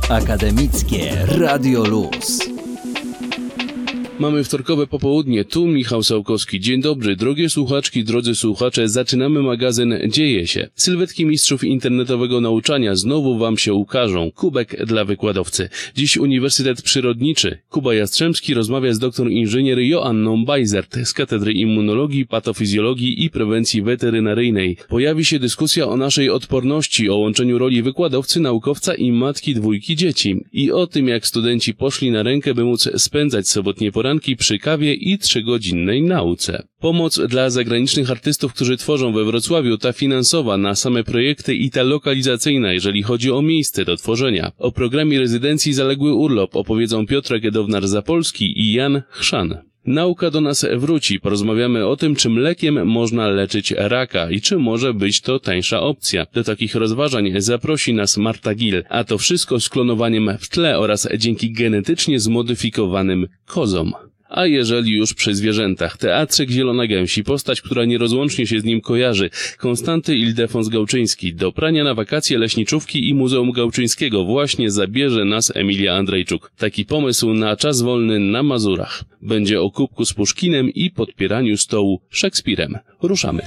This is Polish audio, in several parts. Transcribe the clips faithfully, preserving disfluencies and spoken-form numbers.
Akademickie Radio Luz. Mamy wtorkowe popołudnie, tu Michał Sałkowski. Dzień dobry, drogie słuchaczki, drodzy słuchacze, zaczynamy magazyn Dzieje się. Sylwetki mistrzów internetowego nauczania znowu wam się ukażą. Kubek dla wykładowcy. Dziś Uniwersytet Przyrodniczy. Kuba Jastrzębski rozmawia z doktor inżynier Joanną Bajzert z Katedry Immunologii, Patofizjologii i Prewencji Weterynaryjnej. Pojawi się dyskusja o naszej odporności, o łączeniu roli wykładowcy, naukowca i matki dwójki dzieci. I o tym, jak studenci poszli na rękę, by móc spędzać sobotnie poranki przy kawie i trzygodzinnej nauce. Pomoc dla zagranicznych artystów, którzy tworzą we Wrocławiu, ta finansowa na same projekty i ta lokalizacyjna, jeżeli chodzi o miejsce do tworzenia. O programie rezydencji Zaległy Urlop opowiedzą Piotrek Edownar-Zapolski i Jan Chrzan. Nauka do nas wróci. Porozmawiamy o tym, czym lekiem można leczyć raka i czy może być to tańsza opcja. Do takich rozważań zaprosi nas Marta Gil, a to wszystko z klonowaniem w tle oraz dzięki genetycznie zmodyfikowanym kozom. A jeżeli już przy zwierzętach, Teatrzyk Zielona Gęsi, postać, która nierozłącznie się z nim kojarzy, Konstanty Ildefons Gałczyński, do prania na wakacje leśniczówki i Muzeum Gałczyńskiego właśnie zabierze nas Emilia Andrejczuk. Taki pomysł na czas wolny na Mazurach. Będzie o kubku z Puszkinem i podpieraniu stołu Szekspirem. Ruszamy.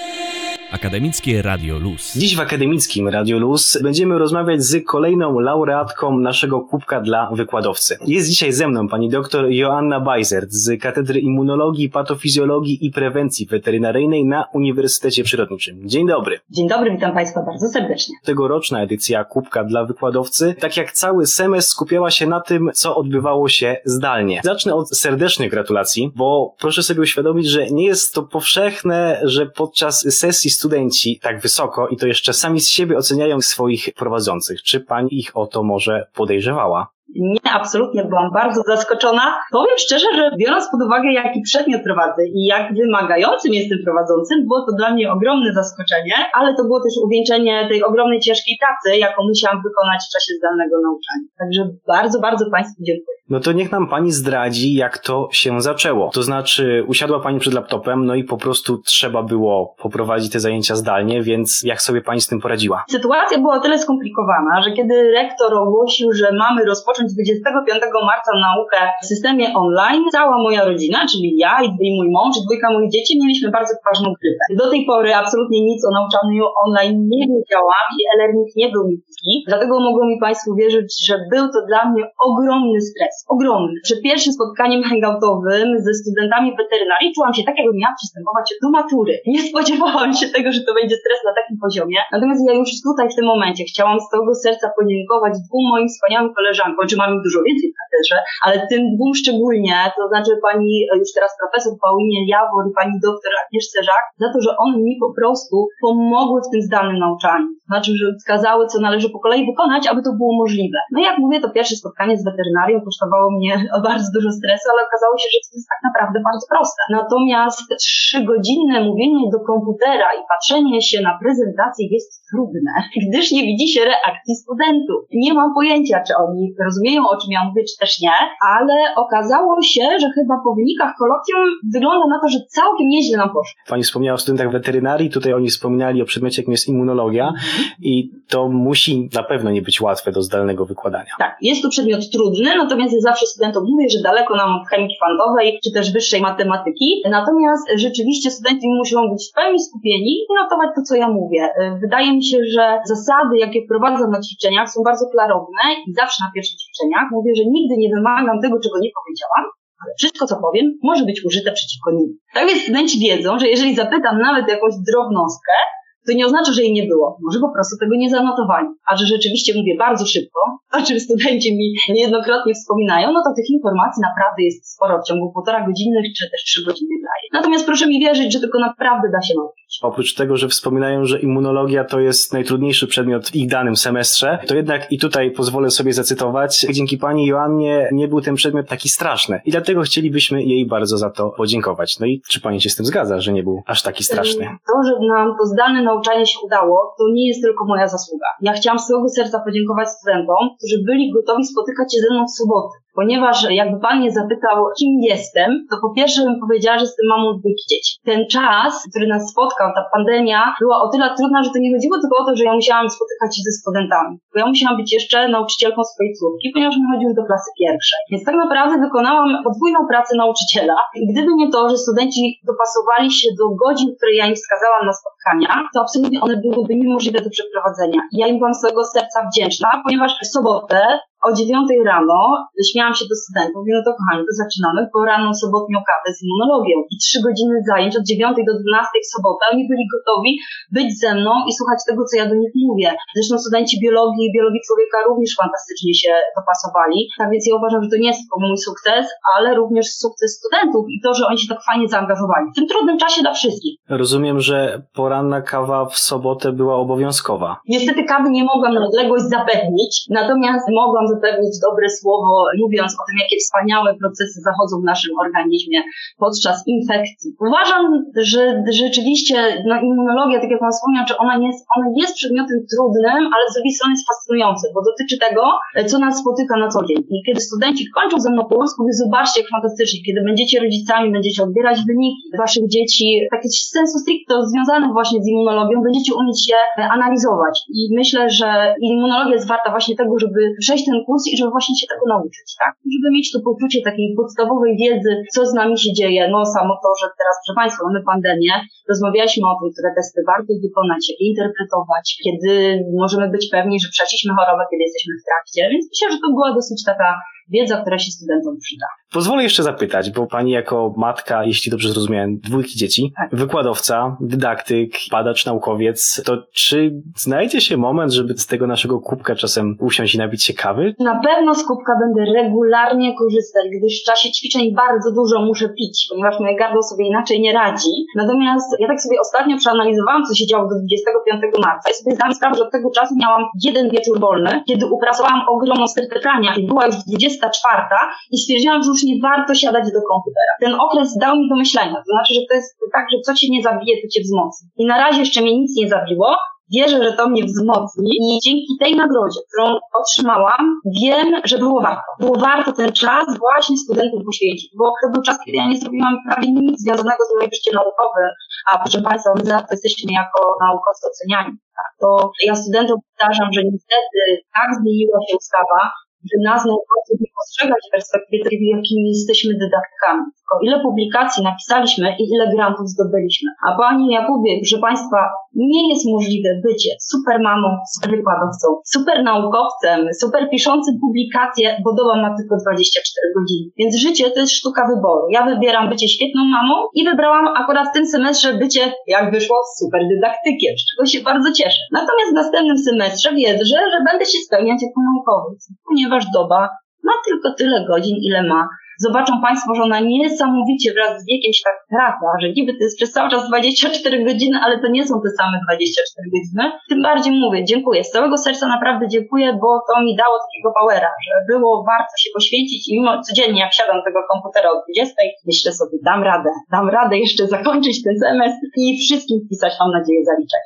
Akademickie Radio Luz. Dziś w Akademickim Radio Luz będziemy rozmawiać z kolejną laureatką naszego kubka dla wykładowcy. Jest dzisiaj ze mną pani doktor Joanna Bajzert z Katedry Immunologii, Patofizjologii i Prewencji Weterynaryjnej na Uniwersytecie Przyrodniczym. Dzień dobry. Dzień dobry, witam państwa bardzo serdecznie. Tegoroczna edycja kubka dla wykładowcy, tak jak cały semestr, skupiała się na tym, co odbywało się zdalnie. Zacznę od serdecznych gratulacji, bo proszę sobie uświadomić, że nie jest to powszechne, że podczas sesji studenci tak wysoko i to jeszcze sami z siebie oceniają swoich prowadzących. Czy pani ich o to może podejrzewała? Nie, absolutnie, byłam bardzo zaskoczona. Powiem szczerze, że biorąc pod uwagę, jaki przedmiot prowadzę i jak wymagającym jestem prowadzącym, było to dla mnie ogromne zaskoczenie, ale to było też uwieńczenie tej ogromnej, ciężkiej pracy, jaką musiałam wykonać w czasie zdalnego nauczania. Także bardzo, bardzo państwu dziękuję. No to niech nam pani zdradzi, jak to się zaczęło. To znaczy, usiadła pani przed laptopem, no i po prostu trzeba było poprowadzić te zajęcia zdalnie, więc jak sobie pani z tym poradziła? Sytuacja była o tyle skomplikowana, że kiedy rektor ogłosił, że mamy rozpocząć dwudziestego piątego marca naukę w systemie online, cała moja rodzina, czyli ja i mój mąż, i dwójka moich dzieci, mieliśmy bardzo poważną grypę. Do tej pory absolutnie nic o nauczaniu online nie wiedziałam i e-learning nie był mi bliski, dlatego mogą mi państwo wierzyć, że był to dla mnie ogromny stres. Ogromny. Przed pierwszym spotkaniem hangoutowym ze studentami weterynarii czułam się tak, jakbym miała przystępować do matury. Nie spodziewałam się tego, że to będzie stres na takim poziomie. Natomiast ja już tutaj w tym momencie chciałam z całego serca podziękować dwóm moim wspaniałym koleżankom, czy mam ich dużo więcej w katedrze, ale tym dwóm szczególnie, to znaczy pani już teraz profesor Paulinie Jawor i pani doktor Agnieszce Żak, za to, że one mi po prostu pomogły w tym zdalnym nauczaniu. To znaczy, że wskazały, co należy po kolei wykonać, aby to było możliwe. No i jak mówię, to pierwsze spotkanie z weterynarią kosztowało mnie bardzo dużo stresu, ale okazało się, że to jest tak naprawdę bardzo proste. Natomiast trzygodzinne mówienie do komputera i patrzenie się na prezentację jest trudne, gdyż nie widzi się reakcji studentów. Nie mam pojęcia, czy oni rozumieją, o czym ja mówię, czy też nie, ale okazało się, że chyba po wynikach kolokwium wygląda na to, że całkiem nieźle nam poszło. Pani wspomniała o studentach weterynarii, tutaj oni wspominali o przedmiocie, jakim jest immunologia i to musi na pewno nie być łatwe do zdalnego wykładania. Tak, jest to przedmiot trudny, natomiast ja zawsze studentom mówię, że daleko nam od chemii kwantowej, czy też wyższej matematyki, natomiast rzeczywiście studenci muszą być w pełni skupieni i notować to, co ja mówię. Wydaje mi się, że zasady, jakie wprowadzam na ćwiczeniach, są bardzo klarowne i zawsze na pierwszych ćwiczeniach mówię, że nigdy nie wymagam tego, czego nie powiedziałam, ale wszystko, co powiem, może być użyte przeciwko nim. Tak więc studenci wiedzą, że jeżeli zapytam nawet jakąś drobnostkę, to nie oznacza, że jej nie było. Może po prostu tego nie zanotowali. A że rzeczywiście mówię bardzo szybko, o czym studenci mi niejednokrotnie wspominają, no to tych informacji naprawdę jest sporo w ciągu półtora godzinnych czy też trzy godziny daje. Natomiast proszę mi wierzyć, że tylko naprawdę da się nauczyć. Oprócz tego, że wspominają, że immunologia to jest najtrudniejszy przedmiot w ich danym semestrze, to jednak i tutaj pozwolę sobie zacytować, dzięki pani Joannie nie był ten przedmiot taki straszny. I dlatego chcielibyśmy jej bardzo za to podziękować. No i czy pani się z tym zgadza, że nie był aż taki straszny? To, że nam to zdalne nauczanie się udało, to nie jest tylko moja zasługa. Ja chciałam z całego serca podziękować studentom, którzy byli gotowi spotykać się ze mną w soboty. Ponieważ jakby pan mnie zapytał, kim jestem, to po pierwsze bym powiedziała, że jestem mamą dwójki dzieci. Ten czas, który nas spotkał, ta pandemia, była o tyle trudna, że to nie chodziło tylko o to, że ja musiałam spotykać się ze studentami. Bo ja musiałam być jeszcze nauczycielką swojej córki, ponieważ my chodziły do klasy pierwszej. Więc tak naprawdę wykonałam podwójną pracę nauczyciela. I gdyby nie to, że studenci dopasowali się do godzin, które ja im wskazałam na spotkania, to absolutnie one byłyby niemożliwe do przeprowadzenia. I ja im byłam z całego serca wdzięczna, ponieważ w sobotę o dziewiątej rano śmiałam się do studentów, mówię, no to kochani, to zaczynamy poranną sobotnią kawę z immunologią i trzy godziny zajęć od dziewiątej do dwunastej w sobotę. Oni byli gotowi być ze mną i słuchać tego, co ja do nich mówię. Zresztą studenci biologii i biologii człowieka również fantastycznie się dopasowali. Tak więc ja uważam, że to nie jest tylko mój sukces, ale również sukces studentów i to, że oni się tak fajnie zaangażowali. W tym trudnym czasie dla wszystkich. Rozumiem, że poranna kawa w sobotę była obowiązkowa. Niestety kawy nie mogłam na odległość zapewnić, natomiast mogłam zapewnić dobre słowo, mówiąc o tym, jakie wspaniałe procesy zachodzą w naszym organizmie podczas infekcji. Uważam, że rzeczywiście no, immunologia, tak jak pan wspomniał, że ona jest, ona jest przedmiotem trudnym, ale z drugiej strony jest fascynujący, bo dotyczy tego, co nas spotyka na co dzień. I kiedy studenci kończą ze mną po polsku, wy zobaczcie, jak fantastycznie, kiedy będziecie rodzicami, będziecie odbierać wyniki waszych dzieci, takie sensu stricto związane właśnie z immunologią, będziecie umieć je analizować. I myślę, że immunologia jest warta właśnie tego, żeby przejść ten kurs i żeby właśnie się tego nauczyć, tak? Żeby mieć to poczucie takiej podstawowej wiedzy, co z nami się dzieje. No samo to, że teraz, proszę Państwa, mamy pandemię, rozmawialiśmy o tym, które testy warto wykonać, jak je interpretować, kiedy możemy być pewni, że przeszliśmy chorobę, kiedy jesteśmy w trakcie, więc myślę, że to była dosyć taka wiedza, która się studentom przyda. Pozwolę jeszcze zapytać, bo pani jako matka, jeśli dobrze zrozumiałem, dwójki dzieci, tak. Wykładowca, dydaktyk, badacz, naukowiec, to czy znajdzie się moment, żeby z tego naszego kubka czasem usiąść i napić się kawy? Na pewno z kubka będę regularnie korzystać, gdyż w czasie ćwiczeń bardzo dużo muszę pić, ponieważ moje gardło sobie inaczej nie radzi. Natomiast ja tak sobie ostatnio przeanalizowałam, co się działo do dwudziestego piątego marca i sobie zdałam sprawę, że od tego czasu miałam jeden wieczór wolny, kiedy uprasowałam ogromną stertę prania, i była już dwudziesta czwarta i stwierdziłam, że już nie warto siadać do komputera. Ten okres dał mi do myślenia, to znaczy, że to jest tak, że co cię nie zabije, to cię wzmocni. I na razie jeszcze mnie nic nie zabiło, wierzę, że to mnie wzmocni i dzięki tej nagrodzie, którą otrzymałam, wiem, że było warto. Było warto ten czas właśnie studentów poświęcić, bo to był czas, kiedy ja nie zrobiłam prawie nic związanego z moim życiem naukowym, a proszę Państwa, my za to jesteśmy jako naukowcy oceniani. Tak? To ja studentom powtarzam, że niestety tak zmieniła się ustawa, że nas naukowców nie postrzegać w perspektywie takiej, jakimi jesteśmy dydaktykami. Tylko ile publikacji napisaliśmy i ile grantów zdobyliśmy. A Pani Jakubie, proszę Państwa, nie jest możliwe bycie super mamą, super wykładowcą, super naukowcem, super piszącym publikacje, bo doba ma tylko dwadzieścia cztery godziny. Więc życie to jest sztuka wyboru. Ja wybieram bycie świetną mamą i wybrałam akurat w tym semestrze bycie, jak wyszło, super dydaktykiem, z czego się bardzo cieszę. Natomiast w następnym semestrze wiedzę, że, że będę się spełniać jako naukowiec, ponieważ doba ma tylko tyle godzin, ile ma. Zobaczą Państwo, że ona niesamowicie wraz z wiekiem się tak skraca, że niby to jest przez cały czas dwadzieścia cztery godziny, ale to nie są te same dwadzieścia cztery godziny. Tym bardziej mówię, dziękuję. Z całego serca naprawdę dziękuję, bo to mi dało takiego powera, że było warto się poświęcić i mimo codziennie jak siadam do tego komputera o dwudziestej, myślę sobie, dam radę, dam radę jeszcze zakończyć ten semestr i wszystkim wpisać, mam nadzieję, zaliczek.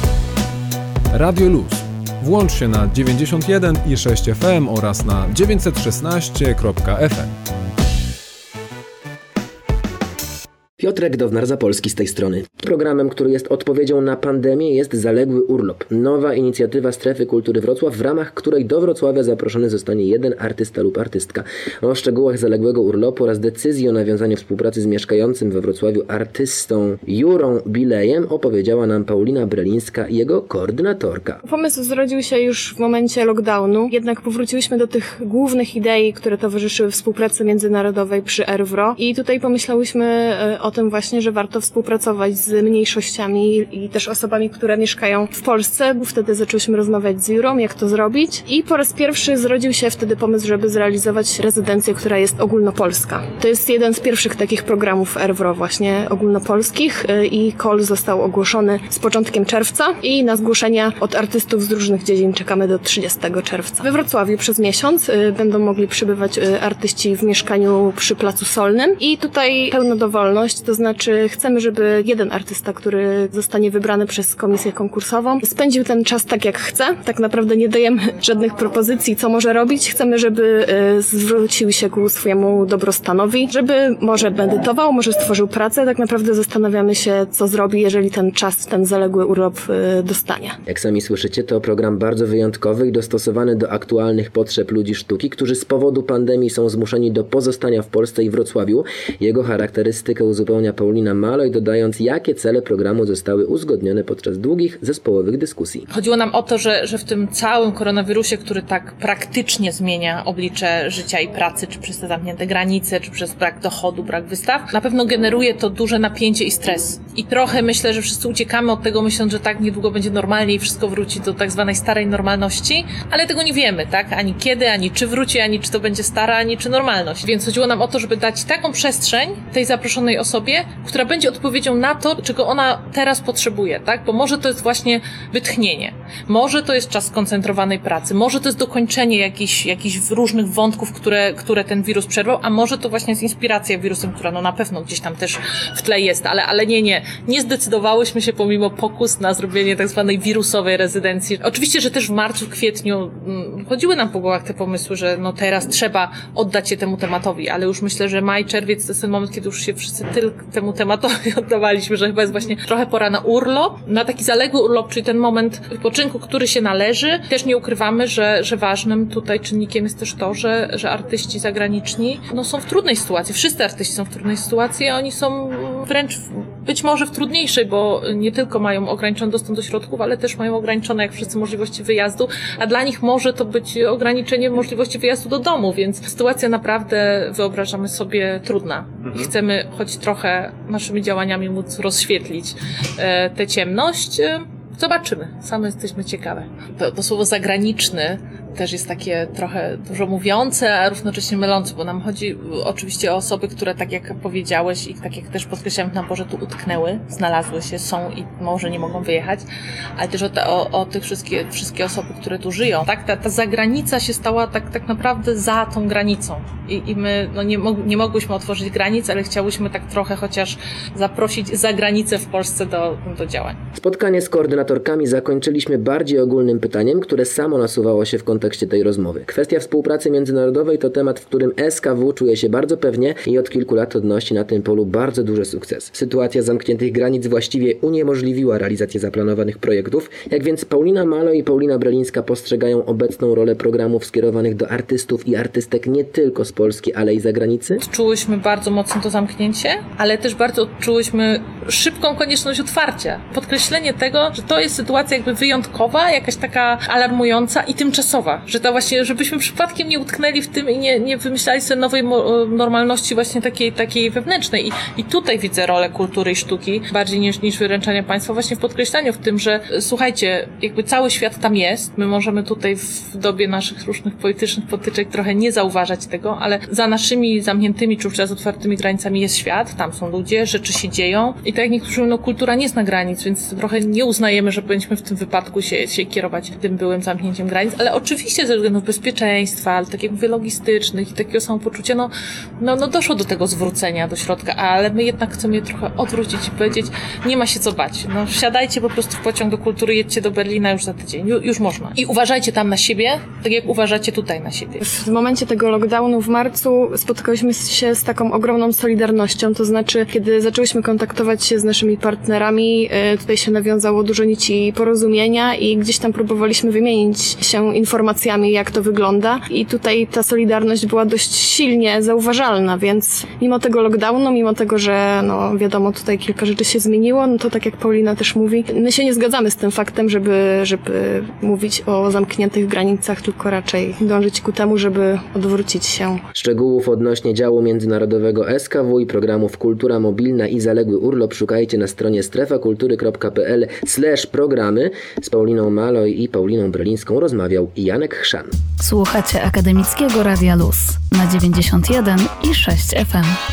Radio Luz. Włącz się na dziewięćdziesiąt jeden i sześć F M oraz na dziewięćset szesnaście kropka F M. Piotrek Downar-Zapolski z tej strony. Programem, który jest odpowiedzią na pandemię, jest Zaległy Urlop. Nowa inicjatywa Strefy Kultury Wrocław, w ramach której do Wrocławia zaproszony zostanie jeden artysta lub artystka. O szczegółach zaległego urlopu oraz decyzji o nawiązaniu współpracy z mieszkającym we Wrocławiu artystą Jurą Bilejem opowiedziała nam Paulina Brelińska, jego koordynatorka. Pomysł zrodził się już w momencie lockdownu, jednak powróciliśmy do tych głównych idei, które towarzyszyły współpracy międzynarodowej przy ERWRO i tutaj pomyślałyśmy o o tym właśnie, że warto współpracować z mniejszościami i też osobami, które mieszkają w Polsce. Wtedy zaczęliśmy rozmawiać z Jurą, jak to zrobić i po raz pierwszy zrodził się wtedy pomysł, żeby zrealizować rezydencję, która jest ogólnopolska. To jest jeden z pierwszych takich programów ERWRO właśnie ogólnopolskich i call został ogłoszony z początkiem czerwca i na zgłoszenia od artystów z różnych dziedzin czekamy do trzydziestego czerwca. We Wrocławiu przez miesiąc będą mogli przybywać artyści w mieszkaniu przy Placu Solnym i tutaj pełna dowolność, To znaczy chcemy, żeby jeden artysta, który zostanie wybrany przez komisję konkursową, spędził ten czas tak jak chce. Tak naprawdę nie dajemy żadnych propozycji, co może robić. Chcemy, żeby zwrócił się ku swojemu dobrostanowi, żeby może medytował, może stworzył pracę. Tak naprawdę zastanawiamy się, co zrobi, jeżeli ten czas, ten zaległy urlop dostanie. Jak sami słyszycie, to program bardzo wyjątkowy i dostosowany do aktualnych potrzeb ludzi sztuki, którzy z powodu pandemii są zmuszeni do pozostania w Polsce i Wrocławiu. Jego charakterystykę uzupełnia Paulina Maloj, dodając, jakie cele programu zostały uzgodnione podczas długich, zespołowych dyskusji. Chodziło nam o to, że, że w tym całym koronawirusie, który tak praktycznie zmienia oblicze życia i pracy, czy przez te zamknięte granice, czy przez brak dochodu, brak wystaw, na pewno generuje to duże napięcie i stres. I trochę myślę, że wszyscy uciekamy od tego, myśląc, że tak niedługo będzie normalnie i wszystko wróci do tak zwanej starej normalności, ale tego nie wiemy, tak? Ani kiedy, ani czy wróci, ani czy to będzie stara, ani czy normalność. Więc chodziło nam o to, żeby dać taką przestrzeń tej zaproszonej osobie, która będzie odpowiedzią na to, czego ona teraz potrzebuje, tak? Bo może to jest właśnie wytchnienie, może to jest czas skoncentrowanej pracy, może to jest dokończenie jakichś, jakichś różnych wątków, które, które ten wirus przerwał, a może to właśnie jest inspiracja wirusem, która no na pewno gdzieś tam też w tle jest, ale, ale nie, nie, nie zdecydowałyśmy się pomimo pokus na zrobienie tak zwanej wirusowej rezydencji. Oczywiście, że też w marcu, w kwietniu m, chodziły nam po głowach te pomysły, że no teraz trzeba oddać się temu tematowi, ale już myślę, że maj, czerwiec to jest ten moment, kiedy już się wszyscy tylko temu tematowi oddawaliśmy, że chyba jest właśnie trochę pora na urlop, na taki zaległy urlop, czyli ten moment wypoczynku, który się należy. Też nie ukrywamy, że, że ważnym tutaj czynnikiem jest też to, że, że artyści zagraniczni no, są w trudnej sytuacji. Wszyscy artyści są w trudnej sytuacji, a oni są wręcz być może w trudniejszej, bo nie tylko mają ograniczony dostęp do środków, ale też mają ograniczone, jak wszyscy, możliwości wyjazdu, a dla nich może to być ograniczenie możliwości wyjazdu do domu, więc sytuacja naprawdę, wyobrażamy sobie, trudna. I chcemy choć trochę naszymi działaniami móc rozświetlić e, tę ciemność. Zobaczymy. Same jesteśmy ciekawe. To, to słowo zagraniczny też jest takie trochę dużo mówiące, a równocześnie mylące, bo nam chodzi oczywiście o osoby, które tak jak powiedziałeś i tak jak też podkreślałem na porze, tu utknęły, znalazły się, są i może nie mogą wyjechać, ale też o, te, o, o tych wszystkie, wszystkie osoby, które tu żyją. Tak, ta, ta zagranica się stała tak, tak naprawdę za tą granicą i, i my no nie, mog, nie mogłyśmy otworzyć granic, ale chciałyśmy tak trochę chociaż zaprosić za granicę w Polsce do, do działań. Spotkanie z koordynatorkami zakończyliśmy bardziej ogólnym pytaniem, które samo nasuwało się w kontekście tej rozmowy. Kwestia współpracy międzynarodowej to temat, w którym S K W czuje się bardzo pewnie i od kilku lat odnosi na tym polu bardzo duży sukces. Sytuacja zamkniętych granic właściwie uniemożliwiła realizację zaplanowanych projektów. Jak więc Paulina Maloj i Paulina Brelińska postrzegają obecną rolę programów skierowanych do artystów i artystek nie tylko z Polski, ale i z zagranicy? Odczułyśmy bardzo mocno to zamknięcie, ale też bardzo odczułyśmy szybką konieczność otwarcia. Podkreślenie tego, że to jest sytuacja jakby wyjątkowa, jakaś taka alarmująca i tymczasowa. Że to właśnie, żebyśmy przypadkiem nie utknęli w tym i nie, nie wymyślali sobie nowej mo- normalności właśnie takiej, takiej wewnętrznej. I, I tutaj widzę rolę kultury i sztuki bardziej niż, niż wyręczania państwa właśnie w podkreślaniu w tym, że słuchajcie, jakby cały świat tam jest. My możemy tutaj w dobie naszych różnych politycznych potyczek trochę nie zauważać tego, ale za naszymi zamkniętymi czy wówczas otwartymi granicami jest świat, tam są ludzie, rzeczy się dzieją i tak jak niektórzy mówią, no kultura nie zna granic, więc trochę nie uznajemy, że powinniśmy w tym wypadku się, się kierować tym byłym zamknięciem granic, ale oczywiście ze względów bezpieczeństwa, ale tak jak mówię, logistycznych i takiego samopoczucia, no, no, no doszło do tego zwrócenia do środka, ale my jednak chcemy je trochę odwrócić i powiedzieć, nie ma się co bać, no wsiadajcie po prostu w pociąg do kultury, jedźcie do Berlina już za tydzień, Ju, już można. I uważajcie tam na siebie, tak jak uważacie tutaj na siebie. W momencie tego lockdownu w marcu spotkałyśmy się z taką ogromną solidarnością, to znaczy, kiedy zaczęłyśmy kontaktować się z naszymi partnerami, tutaj się nawiązało dużo nici porozumienia i gdzieś tam próbowaliśmy wymienić się informacjami, jak to wygląda i tutaj ta solidarność była dość silnie zauważalna, więc mimo tego lockdownu, mimo tego, że no wiadomo, tutaj kilka rzeczy się zmieniło, no to tak jak Paulina też mówi, my się nie zgadzamy z tym faktem, żeby, żeby mówić o zamkniętych granicach, tylko raczej dążyć ku temu, żeby odwrócić się. Szczegółów odnośnie działu międzynarodowego S K W i programów Kultura Mobilna i Zaległy Urlop szukajcie na stronie strefakultury kropka p l slash programy. Z Pauliną Maloj i Pauliną Brelińską rozmawiał Janek Chrzan. Słuchacie Akademickiego Radia Luz na dziewięćdziesiąt jeden i sześć F M.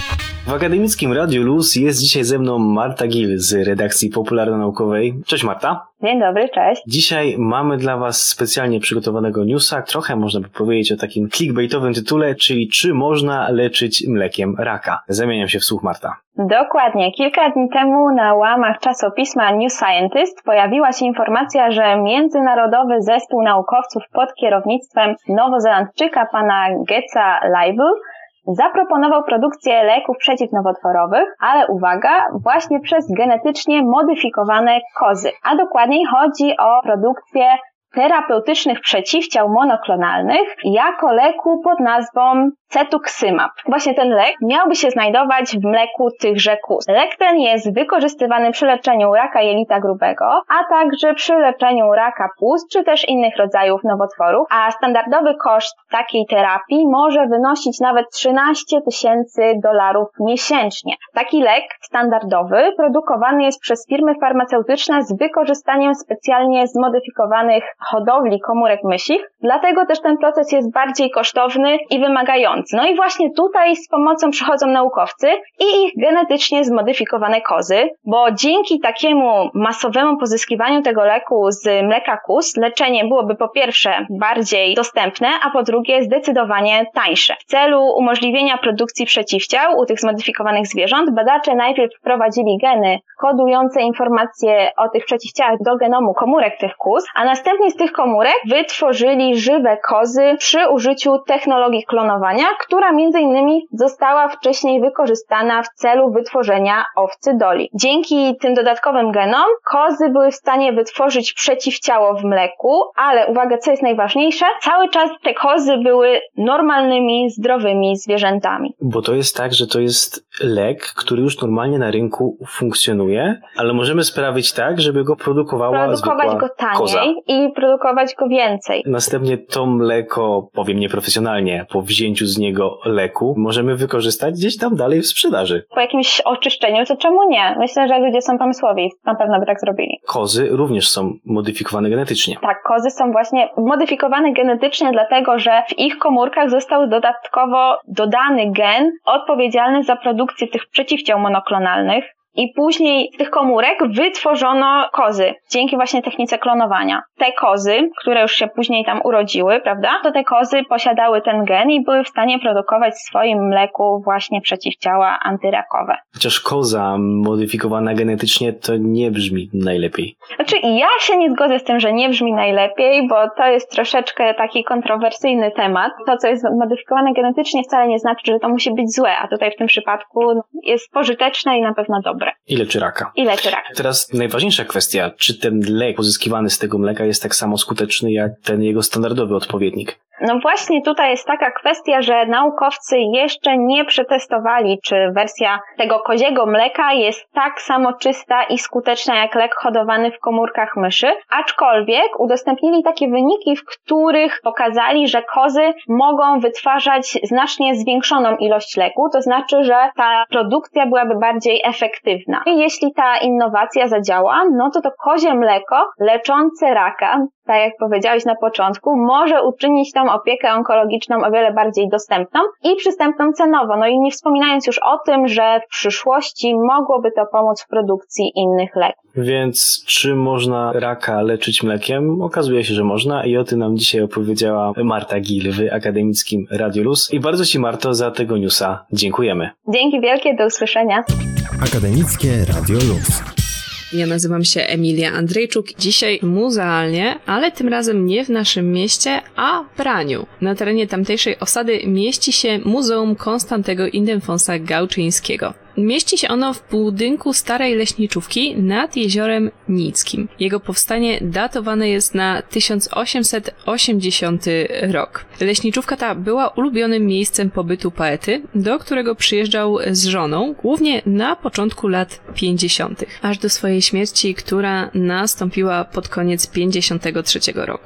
W Akademickim Radiu Luz jest dzisiaj ze mną Marta Gil z redakcji popularno-naukowej. Cześć Marta. Dzień dobry, cześć. Dzisiaj mamy dla Was specjalnie przygotowanego newsa, trochę można by powiedzieć o takim clickbaitowym tytule, czyli czy można leczyć mlekiem raka. Zamieniam się w słuch, Marta. Dokładnie. Kilka dni temu na łamach czasopisma New Scientist pojawiła się informacja, że międzynarodowy zespół naukowców pod kierownictwem nowozelandczyka pana Getza Leibel zaproponował produkcję leków przeciwnowotworowych, ale uwaga, właśnie przez genetycznie modyfikowane kozy. A dokładniej chodzi o produkcję terapeutycznych przeciwciał monoklonalnych jako leku pod nazwą cetuximab. Właśnie ten lek miałby się znajdować w mleku tychże kóz. Lek ten jest wykorzystywany przy leczeniu raka jelita grubego, a także przy leczeniu raka płuc czy też innych rodzajów nowotworów, a standardowy koszt takiej terapii może wynosić nawet trzynaście tysięcy dolarów miesięcznie. Taki lek standardowy produkowany jest przez firmy farmaceutyczne z wykorzystaniem specjalnie zmodyfikowanych hodowli komórek mysich, dlatego też ten proces jest bardziej kosztowny i wymagający. No i właśnie tutaj z pomocą przychodzą naukowcy i ich genetycznie zmodyfikowane kozy, bo dzięki takiemu masowemu pozyskiwaniu tego leku z mleka kóz leczenie byłoby po pierwsze bardziej dostępne, a po drugie zdecydowanie tańsze. W celu umożliwienia produkcji przeciwciał u tych zmodyfikowanych zwierząt badacze najpierw wprowadzili geny kodujące informacje o tych przeciwciałach do genomu komórek tych kóz, a następnie z tych komórek wytworzyli żywe kozy przy użyciu technologii klonowania, która między innymi została wcześniej wykorzystana w celu wytworzenia owcy Dolly. Dzięki tym dodatkowym genom kozy były w stanie wytworzyć przeciwciało w mleku, ale uwaga, co jest najważniejsze, cały czas te kozy były normalnymi, zdrowymi zwierzętami. Bo to jest tak, że to jest lek, który już normalnie na rynku funkcjonuje, ale możemy sprawić tak, żeby go produkowała Produkować go taniej koza. i produkować go więcej. Następnie to mleko, powiem nieprofesjonalnie, po wzięciu z niego leku, możemy wykorzystać gdzieś tam dalej w sprzedaży. Po jakimś oczyszczeniu, to czemu nie? Myślę, że ludzie są pomysłowi, na pewno by tak zrobili. Kozy również są modyfikowane genetycznie. Tak, kozy są właśnie modyfikowane genetycznie, dlatego że w ich komórkach został dodatkowo dodany gen odpowiedzialny za produkcję tych przeciwciał monoklonalnych. I później z tych komórek wytworzono kozy, dzięki właśnie technice klonowania. Te kozy, które już się później tam urodziły, prawda, to te kozy posiadały ten gen i były w stanie produkować w swoim mleku właśnie przeciwciała antyrakowe. Chociaż koza modyfikowana genetycznie to nie brzmi najlepiej. Znaczy ja się nie zgodzę z tym, że nie brzmi najlepiej, bo to jest troszeczkę taki kontrowersyjny temat. To, co jest modyfikowane genetycznie, wcale nie znaczy, że to musi być złe, a tutaj w tym przypadku jest pożyteczne i na pewno dobre. I leczy raka. I leczy raka. Teraz najważniejsza kwestia, czy ten lek pozyskiwany z tego mleka jest tak samo skuteczny jak ten jego standardowy odpowiednik? No właśnie tutaj jest taka kwestia, że naukowcy jeszcze nie przetestowali, czy wersja tego koziego mleka jest tak samo czysta i skuteczna jak lek hodowany w komórkach myszy, aczkolwiek udostępnili takie wyniki, w których pokazali, że kozy mogą wytwarzać znacznie zwiększoną ilość leku, to znaczy, że ta produkcja byłaby bardziej efektywna. I jeśli ta innowacja zadziała, no to to kozie mleko leczące raka, tak jak powiedziałeś na początku, może uczynić tą opiekę onkologiczną o wiele bardziej dostępną i przystępną cenowo. No i nie wspominając już o tym, że w przyszłości mogłoby to pomóc w produkcji innych leków. Więc czy można raka leczyć mlekiem? Okazuje się, że można i o tym nam dzisiaj opowiedziała Marta Gil w Akademickim Radiu Luz. I bardzo Ci, Marto, za tego newsa dziękujemy. Dzięki wielkie, do usłyszenia. Akademickie Radio Luz. Ja nazywam się Emilia Andrzejczuk. Dzisiaj muzealnie, ale tym razem nie w naszym mieście, a w Braniu. Na terenie tamtejszej osady mieści się Muzeum Konstantego Ildefonsa Gałczyńskiego. Mieści się ono w budynku starej leśniczówki nad Jeziorem Nickim. Jego powstanie datowane jest na tysiąc osiemset osiemdziesiąty rok. Leśniczówka ta była ulubionym miejscem pobytu poety, do którego przyjeżdżał z żoną, głównie na początku lat pięćdziesiątych, aż do swojej śmierci, która nastąpiła pod koniec pięćdziesiątego trzeciego roku.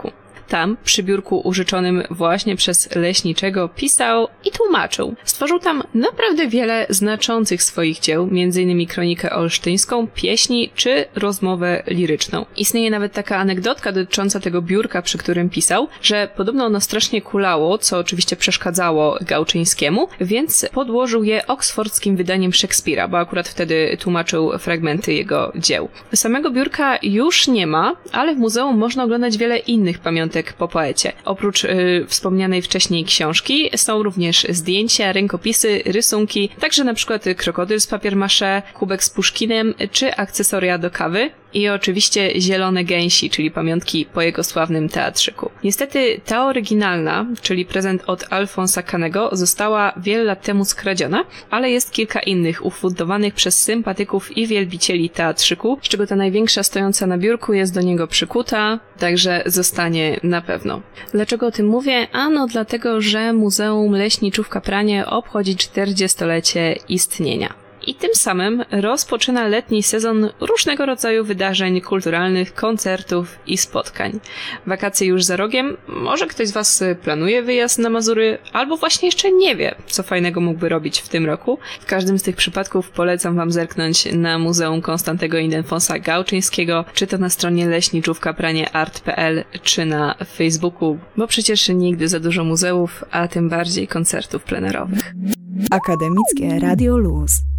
tam, przy biurku użyczonym właśnie przez leśniczego, pisał i tłumaczył. Stworzył tam naprawdę wiele znaczących swoich dzieł, między innymi kronikę olsztyńską, pieśni czy rozmowę liryczną. Istnieje nawet taka anegdotka dotycząca tego biurka, przy którym pisał, że podobno ono strasznie kulało, co oczywiście przeszkadzało Gałczyńskiemu, więc podłożył je oksfordzkim wydaniem Szekspira, bo akurat wtedy tłumaczył fragmenty jego dzieł. Samego biurka już nie ma, ale w muzeum można oglądać wiele innych pamiątek po poecie. Oprócz yy, wspomnianej wcześniej książki są również zdjęcia, rękopisy, rysunki, także na przykład krokodyl z papier-mâché, kubek z Puszkinem czy akcesoria do kawy. I oczywiście zielone gęsi, czyli pamiątki po jego sławnym teatrzyku. Niestety ta oryginalna, czyli prezent od Alfonsa Canego, została wiele lat temu skradziona, ale jest kilka innych ufundowanych przez sympatyków i wielbicieli teatrzyku, z czego ta największa stojąca na biurku jest do niego przykuta, także zostanie na pewno. Dlaczego o tym mówię? Ano dlatego, że Muzeum Leśniczówka-Pranie obchodzi czterdziestolecie istnienia. I tym samym rozpoczyna letni sezon różnego rodzaju wydarzeń kulturalnych, koncertów i spotkań. Wakacje już za rogiem, może ktoś z Was planuje wyjazd na Mazury, albo właśnie jeszcze nie wie, co fajnego mógłby robić w tym roku. W każdym z tych przypadków polecam Wam zerknąć na Muzeum Konstantego Ildefonsa Gałczyńskiego, czy to na stronie leśniczówka pranie art kropka p l, czy na Facebooku, bo przecież nigdy za dużo muzeów, a tym bardziej koncertów plenerowych. Akademickie Radio Luz.